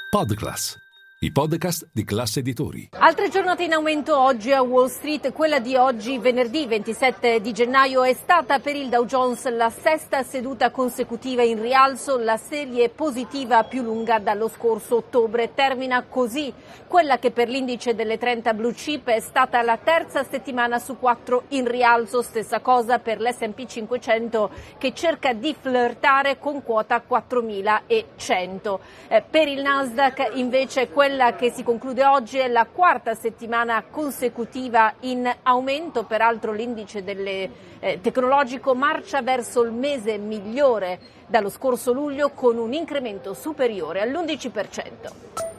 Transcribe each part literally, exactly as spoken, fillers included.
Podclass, i podcast di Class Editori. Altre giornate in aumento oggi a Wall Street. Quella di oggi, venerdì ventisette di gennaio, è stata per il Dow Jones la sesta seduta consecutiva in rialzo, la serie positiva più lunga dallo scorso ottobre. Termina così quella che per l'indice delle trenta blue chip è stata la terza settimana su quattro in rialzo. Stessa cosa per l'esse and pi cinquecento, che cerca di flirtare con quota quattromilacento. Eh, per il Nasdaq invece quella Quella che si conclude oggi è la quarta settimana consecutiva in aumento. Peraltro l'indice delle, eh, tecnologico marcia verso il mese migliore dallo scorso luglio con un incremento superiore all'undici per cento.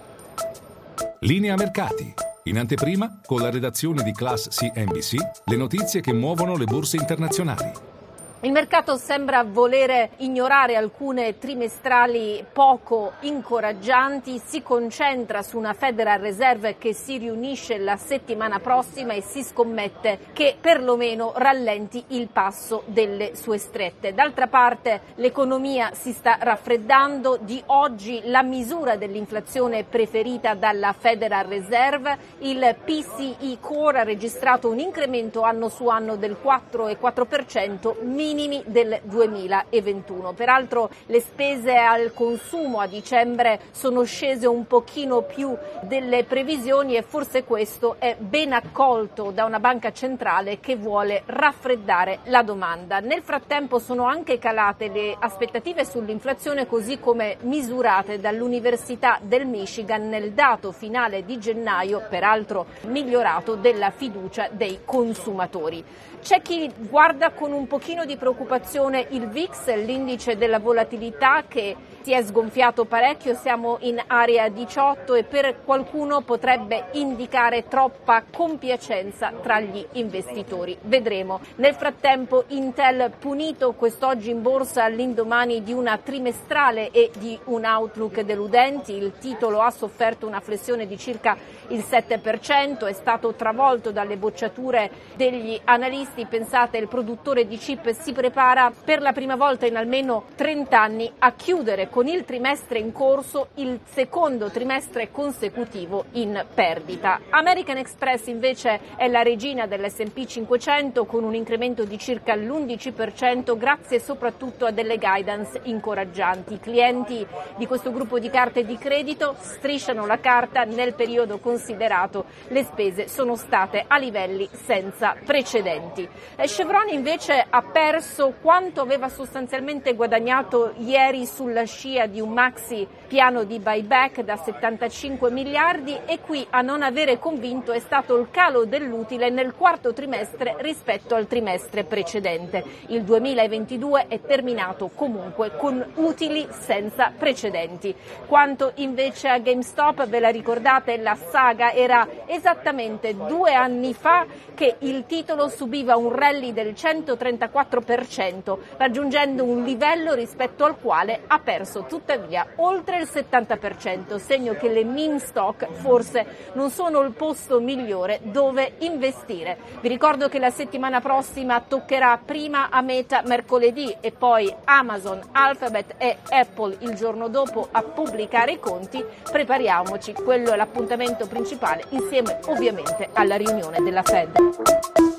Linea mercati. In anteprima, con la redazione di Class C N B C, le notizie che muovono le borse internazionali. Il mercato sembra volere ignorare alcune trimestrali poco incoraggianti, si concentra su una Federal Reserve che si riunisce la settimana prossima e si scommette che perlomeno rallenti il passo delle sue strette. D'altra parte l'economia si sta raffreddando. Di oggi la misura dell'inflazione preferita dalla Federal Reserve, il P C E Core, ha registrato un incremento anno su anno del quattro virgola quattro per cento, minimi del duemilaventuno. Peraltro le spese al consumo a dicembre sono scese un pochino più delle previsioni e forse questo è ben accolto da una banca centrale che vuole raffreddare la domanda. Nel frattempo sono anche calate le aspettative sull'inflazione, così come misurate dall'Università del Michigan nel dato finale di gennaio, peraltro migliorato, della fiducia dei consumatori. C'è chi guarda con un pochino di preoccupazione il V I X, l'indice della volatilità, che si è sgonfiato parecchio, siamo in area diciotto e per qualcuno potrebbe indicare troppa compiacenza tra gli investitori. Vedremo. Nel frattempo Intel punito quest'oggi in borsa all'indomani di una trimestrale e di un outlook deludenti. Il titolo ha sofferto una flessione di circa il sette per cento, è stato travolto dalle bocciature degli analisti. Pensate, il produttore di chip si prepara per la prima volta in almeno trenta anni a chiudere con il trimestre in corso il secondo trimestre consecutivo in perdita. American Express invece è la regina dell'esse and pi cinquecento con un incremento di circa l'undici per cento grazie soprattutto a delle guidance incoraggianti. I clienti di questo gruppo di carte di credito strisciano la carta. Nel periodo considerato le spese sono state a livelli senza precedenti. Chevron invece ha perso quanto aveva sostanzialmente guadagnato ieri sulla scia di un maxi piano di buyback da settantacinque miliardi, e qui a non avere convinto è stato il calo dell'utile nel quarto trimestre rispetto al trimestre precedente. Il duemilaventidue è terminato comunque con utili senza precedenti. Quanto invece a GameStop, ve la ricordate, la saga era esattamente due anni fa che il titolo subiva un rally del centotrentaquattro per cento, raggiungendo un livello rispetto al quale ha perso tuttavia oltre il settanta per cento, segno che le meme stock forse non sono il posto migliore dove investire. Vi ricordo che la settimana prossima toccherà prima a Meta mercoledì e poi Amazon, Alphabet e Apple il giorno dopo a pubblicare i conti. Prepariamoci, quello è l'appuntamento principale, insieme ovviamente alla riunione della Fed.